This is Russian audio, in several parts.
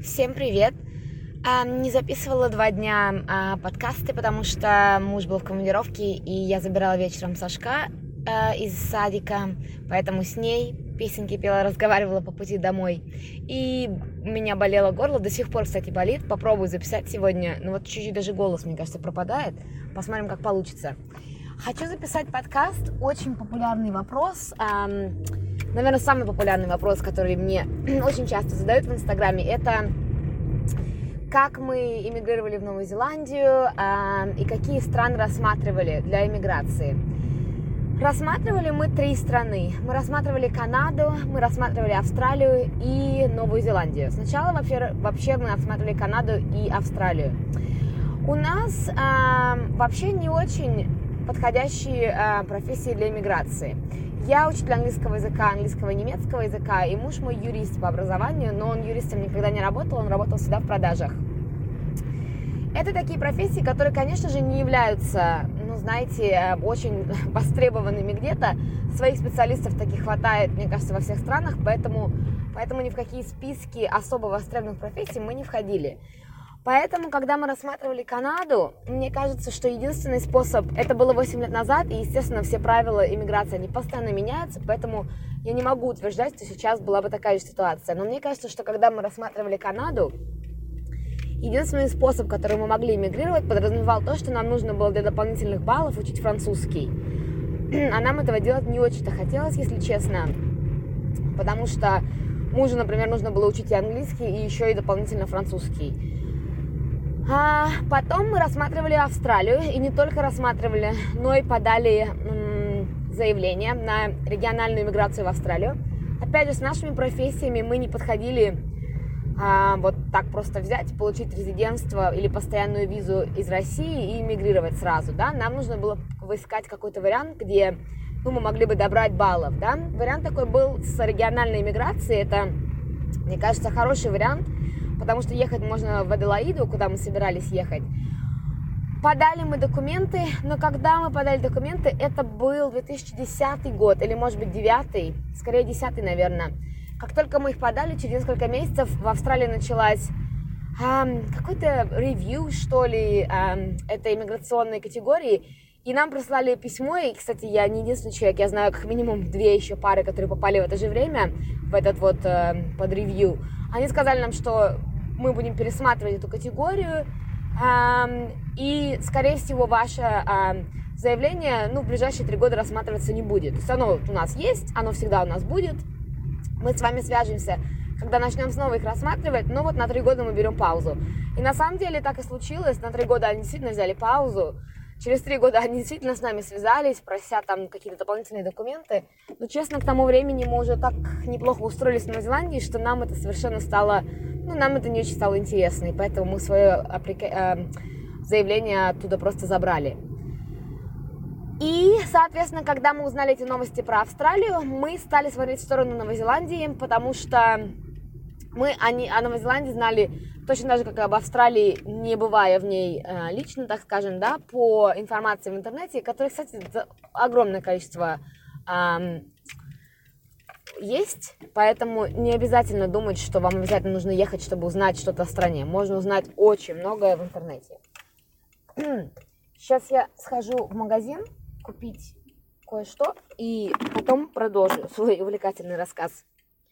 Всем привет! Не записывала 2 дня подкасты, потому что муж был в командировке, и я забирала вечером Сашка из садика, поэтому с ней песенки пела, разговаривала по пути домой. И у меня болело горло, до сих пор, кстати, болит. Попробую записать сегодня, но вот чуть-чуть даже голос, мне кажется, пропадает. Посмотрим, как получится. Хочу записать подкаст. Очень популярный вопрос. Наверное, самый популярный вопрос, который мне очень часто задают в Инстаграме, это как мы эмигрировали в Новую Зеландию и какие страны рассматривали для эмиграции. Рассматривали мы 3 страны. Мы рассматривали Канаду, мы рассматривали Австралию и Новую Зеландию. Сначала вообще мы рассматривали Канаду и Австралию. У нас вообще не очень подходящие профессии для эмиграции. Я учитель английского языка, английского и немецкого языка, и муж мой юрист по образованию, но он юристом никогда не работал, он работал всегда в продажах. Это такие профессии, которые, конечно же, не являются, очень востребованными где-то. Своих специалистов таких хватает, мне кажется, во всех странах, поэтому ни в какие списки особо востребованных профессий мы не входили. Поэтому, когда мы рассматривали Канаду, мне кажется, что единственный способ, это было 8 лет назад, и, естественно, все правила иммиграции, они постоянно меняются, поэтому я не могу утверждать, что сейчас была бы такая же ситуация. Но мне кажется, что когда мы рассматривали Канаду, единственный способ, который мы могли эмигрировать, подразумевал то, что нам нужно было для дополнительных баллов учить французский. А нам этого делать не очень-то хотелось, если честно, потому что мужу, например, нужно было учить и английский, и еще и дополнительно французский. Потом мы рассматривали Австралию, и не только рассматривали, но и подали заявление на региональную иммиграцию в Австралию. Опять же, с нашими профессиями мы не подходили вот так просто взять, получить резидентство или постоянную визу из России и эмигрировать сразу, да. Нам нужно было искать какой-то вариант, где мы могли бы добрать баллов, да. Вариант такой был с региональной иммиграцией, это, мне кажется, хороший вариант, потому что ехать можно в Аделаиду, куда мы собирались ехать. Подали мы документы, но когда мы подали документы, это был 2010 год, или, может быть, 9, скорее 10, наверное. Как только мы их подали, через несколько месяцев в Австралии началась какой-то ревью, что ли, этой иммиграционной категории, и нам прислали письмо, и, кстати, я не единственный человек, я знаю как минимум 2 еще пары, которые попали в это же время, в этот вот под ревью. Они сказали нам, что мы будем пересматривать эту категорию, и, скорее всего, ваше заявление в ближайшие 3 года рассматриваться не будет. То есть оно у нас есть, оно всегда у нас будет. Мы с вами свяжемся, когда начнем снова их рассматривать, но вот на 3 года мы берем паузу. И на самом деле так и случилось, на 3 года они действительно взяли паузу. Через 3 года они действительно с нами связались, прося там какие-то дополнительные документы. Но, честно, к тому времени мы уже так неплохо устроились в Новой Зеландии, что нам это совершенно стало... нам это не очень стало интересно, и поэтому мы свое заявление оттуда просто забрали. И, соответственно, когда мы узнали эти новости про Австралию, мы стали смотреть в сторону Новой Зеландии, потому что мы о Новой Зеландии знали точно так же, как и об Австралии, не бывая в ней лично, так скажем, да, по информации в интернете, которой, кстати, огромное количество есть, поэтому не обязательно думать, что вам обязательно нужно ехать, чтобы узнать что-то о стране. Можно узнать очень многое в интернете. Сейчас я схожу в магазин купить кое-что и потом продолжу свой увлекательный рассказ.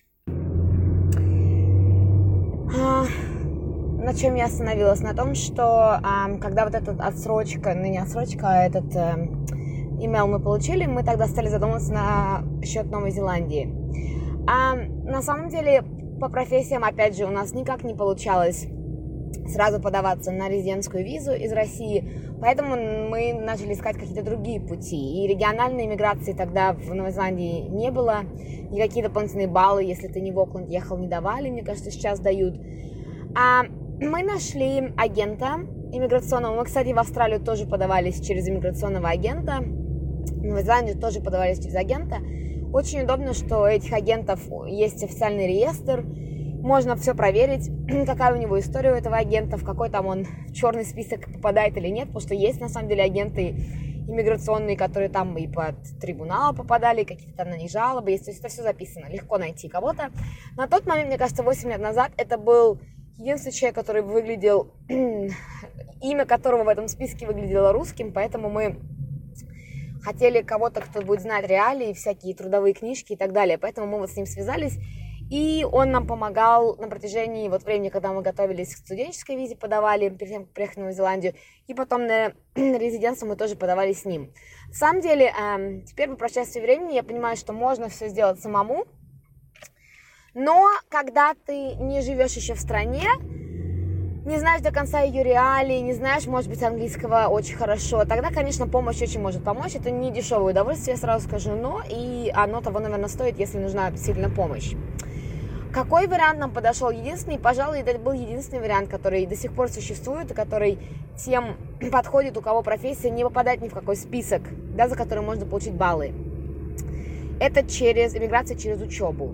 На чем я остановилась? На том, что когда вот эта отсрочка, не отсрочка, а этот имейл мы получили, мы тогда стали задумываться на счет Новой Зеландии. На самом деле, по профессиям, опять же, у нас никак не получалось сразу подаваться на резидентскую визу из России, поэтому мы начали искать какие-то другие пути. И региональной иммиграции тогда в Новой Зеландии не было, никакие дополнительные баллы, если ты не в Окленд ехал, не давали, мне кажется, сейчас дают. Мы нашли агента иммиграционного, мы, кстати, в Австралию тоже подавались через иммиграционного агента, в Новой Зеландии тоже подавались через агента. Очень удобно, что у этих агентов есть официальный реестр, можно все проверить, какая у него история у этого агента, в какой там он в черный список попадает или нет, потому что есть на самом деле агенты иммиграционные, которые там и под трибунал попадали, какие-то там на них жалобы есть, то есть это все записано, легко найти кого-то. На тот момент, мне кажется, 8 лет назад это был единственный человек, который выглядел, имя которого в этом списке выглядело русским, поэтому мы хотели кого-то, кто будет знать реалии, всякие трудовые книжки и так далее. Поэтому мы вот с ним связались, и он нам помогал на протяжении вот времени, когда мы готовились к студенческой визе, подавали, перед тем, как приехать в Новую Зеландию, и потом на резидентство мы тоже подавали с ним. На самом деле, теперь по прошествии времени я понимаю, что можно все сделать самому, но когда ты не живешь еще в стране, не знаешь до конца ее реалий, не знаешь, может быть, английского очень хорошо, тогда, конечно, помощь очень может помочь. Это не дешевое удовольствие, я сразу скажу, но и оно того, наверное, стоит, если нужна действительно помощь. Какой вариант нам подошел? Единственный, пожалуй, это был единственный вариант, который до сих пор существует, и который тем подходит, у кого профессия не попадает ни в какой список, да, за который можно получить баллы. Это иммиграция через учебу.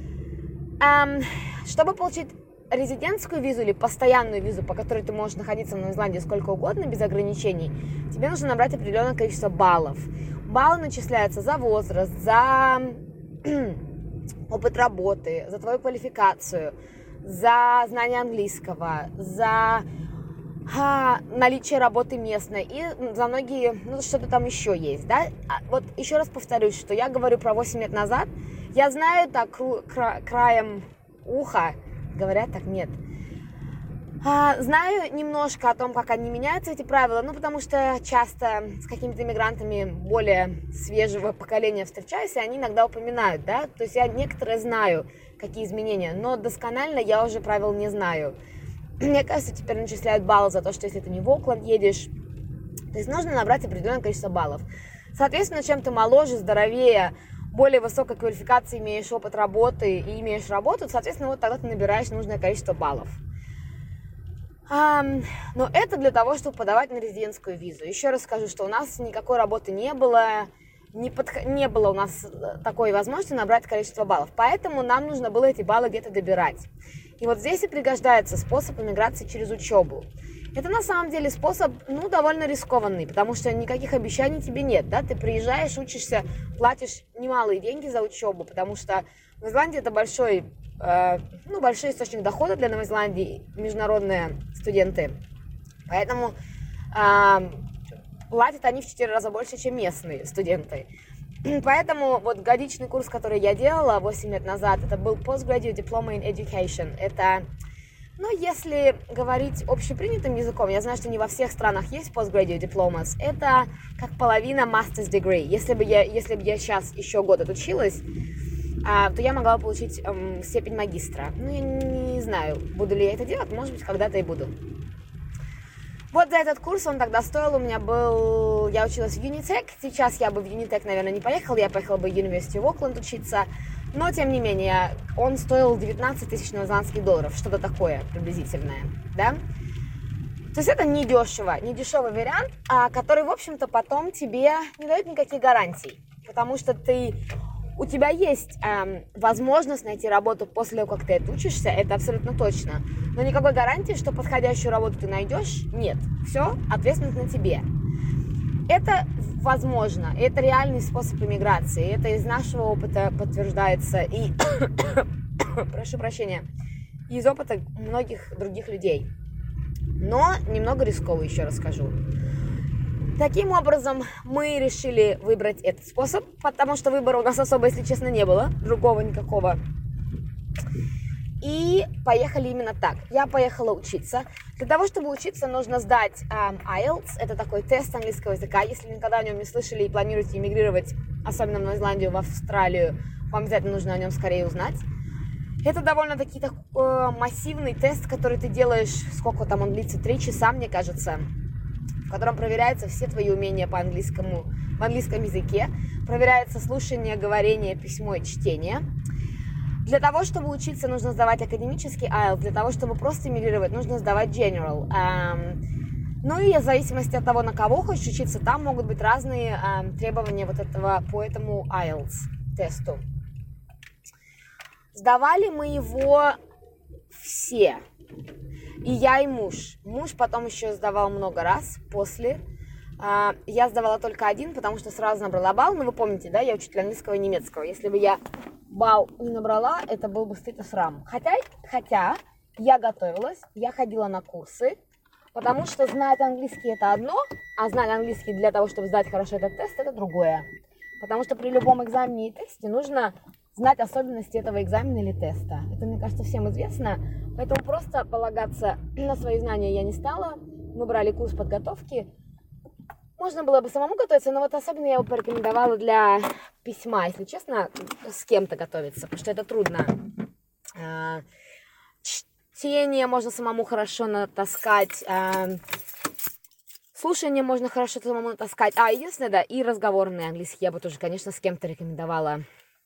Чтобы получить резидентскую визу или постоянную визу, по которой ты можешь находиться в Новой Зеландии сколько угодно, без ограничений, тебе нужно набрать определенное количество баллов. Баллы начисляются за возраст, за опыт работы, за твою квалификацию, за знание английского, за наличие работы местной и за многие, что-то там еще есть, да? Вот еще раз повторюсь, что я говорю про 8 лет назад, я знаю так краем уха, говорят так, нет. Знаю немножко о том, как они меняются, эти правила, потому что часто с какими-то иммигрантами более свежего поколения встречаюсь, и они иногда упоминают, да, то есть я некоторые знаю, какие изменения, но досконально я уже правил не знаю. Мне кажется, теперь начисляют баллы за то, что если ты не в Окленд едешь, то есть нужно набрать определенное количество баллов. Соответственно, чем ты моложе, здоровее, более высокой квалификации, имеешь опыт работы и имеешь работу, соответственно, вот тогда ты набираешь нужное количество баллов. Но это для того, чтобы подавать на резидентскую визу. Еще раз скажу, что у нас никакой работы не было, не было у нас такой возможности набрать количество баллов. Поэтому нам нужно было эти баллы где-то добирать. И вот здесь и пригождается способ иммиграции через учебу. Это на самом деле способ, довольно рискованный, потому что никаких обещаний тебе нет, да, ты приезжаешь, учишься, платишь немалые деньги за учебу, потому что Новая Зеландия это большой источник дохода для Новой Зеландии, международные студенты, поэтому платят они в 4 раза больше, чем местные студенты. Поэтому вот годичный курс, который я делала 8 лет назад, это был Postgraduate Diploma in Education. Это, если говорить общепринятым языком, я знаю, что не во всех странах есть Postgraduate Diplomas, это как половина Master's Degree. Если бы я сейчас еще год отучилась, то я могла получить степень магистра. Я не знаю, буду ли я это делать, может быть, когда-то и буду. Вот за этот курс он тогда стоил, я училась в Unitec, сейчас я бы в Unitec, наверное, не поехала, я поехала бы в University of Auckland учиться, но, тем не менее, он стоил 19 тысяч новозеландских долларов, что-то такое приблизительное, да? То есть это недешевый вариант, который, в общем-то, потом тебе не дает никаких гарантий, потому что у тебя есть возможность найти работу после того, как ты отучишься, это абсолютно точно. Но никакой гарантии, что подходящую работу ты найдешь, нет. Все, ответственность на тебе. Это возможно, это реальный способ иммиграции, это из нашего опыта подтверждается и, прошу прощения, из опыта многих других людей. Но немного рисковый, еще раз скажу. Таким образом, мы решили выбрать этот способ, потому что выбора у нас особо, если честно, не было, другого никакого. И поехали именно так. Я поехала учиться. Для того, чтобы учиться, нужно сдать IELTS. Это такой тест английского языка. Если вы никогда о нем не слышали и планируете эмигрировать, особенно в Новую Зеландию, в Австралию, вам обязательно нужно о нем скорее узнать. Это довольно-таки массивный тест, который ты делаешь, сколько там он длится, 3 часа, мне кажется, в котором проверяются все твои умения в английском языке, проверяется слушание, говорение, письмо и чтение. Для того, чтобы учиться, нужно сдавать академический IELTS, для того, чтобы просто эмигрировать, нужно сдавать General. И в зависимости от того, на кого хочешь учиться, там могут быть разные требования по этому IELTS тесту. Сдавали мы его все. И я, и муж. Муж потом еще сдавал много раз после. Я сдавала только один, потому что сразу набрала балл. Вы помните, да, я учитель английского и немецкого. Если бы я балл не набрала, это был бы стыд и срам. Хотя я готовилась, я ходила на курсы, потому что знать английский это одно, а знать английский для того, чтобы сдать хорошо этот тест, это другое. Потому что при любом экзамене и тесте нужно знать особенности этого экзамена или теста. Это, мне кажется, всем известно. Поэтому просто полагаться на свои знания я не стала. Мы брали курс подготовки. Можно было бы самому готовиться, но вот особенно я его порекомендовала для письма, если честно, с кем-то готовиться, потому что это трудно. Чтение можно самому хорошо натаскать, слушание можно хорошо самому натаскать. Единственное, да, и разговорный английский я бы тоже, конечно, с кем-то рекомендовала.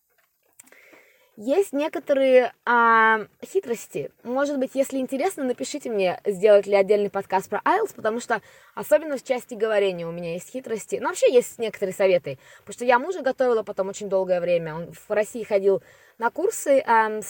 Есть некоторые хитрости. Может быть, если интересно, напишите мне, сделать ли отдельный подкаст про IELTS, потому что особенно в части говорения у меня есть хитрости. Но вообще есть некоторые советы, потому что я мужа готовила потом очень долгое время. Он в России ходил на курсы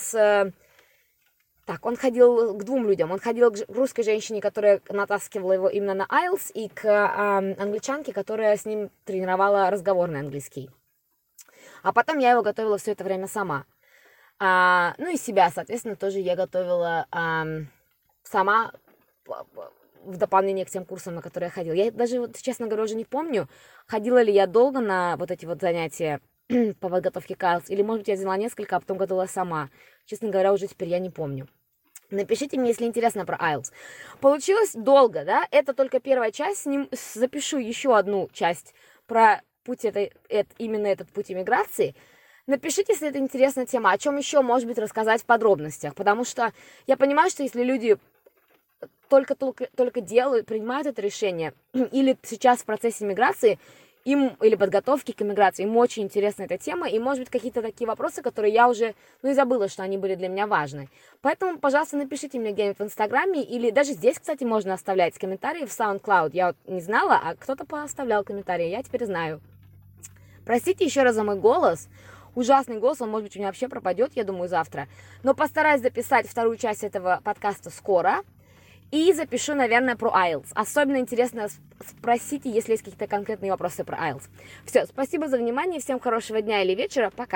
он ходил к двум людям. Он ходил к русской женщине, которая натаскивала его именно на IELTS, и к англичанке, которая с ним тренировала разговорный английский. А потом я его готовила все это время сама. И себя, соответственно, тоже я готовила сама в дополнение к тем курсам, на которые я ходила. Я даже, честно говоря, уже не помню, ходила ли я долго на вот эти вот занятия по подготовке к IELTS, или, может быть, я взяла несколько, а потом готовила сама. Честно говоря, уже теперь я не помню. Напишите мне, если интересно про IELTS. Получилось долго, да? Это только первая часть. Запишу еще одну часть про путь именно этот путь иммиграции. Напишите, если это интересная тема, о чем еще, может быть, рассказать в подробностях. Потому что я понимаю, что если люди только делают, принимают это решение, или сейчас в процессе иммиграции, или подготовки к иммиграции, им очень интересна эта тема, и, может быть, какие-то такие вопросы, которые я уже, и забыла, что они были для меня важны. Поэтому, пожалуйста, напишите мне где-нибудь в Инстаграме, или даже здесь, кстати, можно оставлять комментарии в SoundCloud. Я не знала, а кто-то пооставлял комментарии, я теперь знаю. Простите еще раз за мой голос. Ужасный голос, он, может быть, у меня вообще пропадет, я думаю, завтра. Но постараюсь записать вторую часть этого подкаста скоро. И запишу, наверное, про IELTS. Особенно интересно спросите, если есть какие-то конкретные вопросы про IELTS. Все, спасибо за внимание, всем хорошего дня или вечера, пока.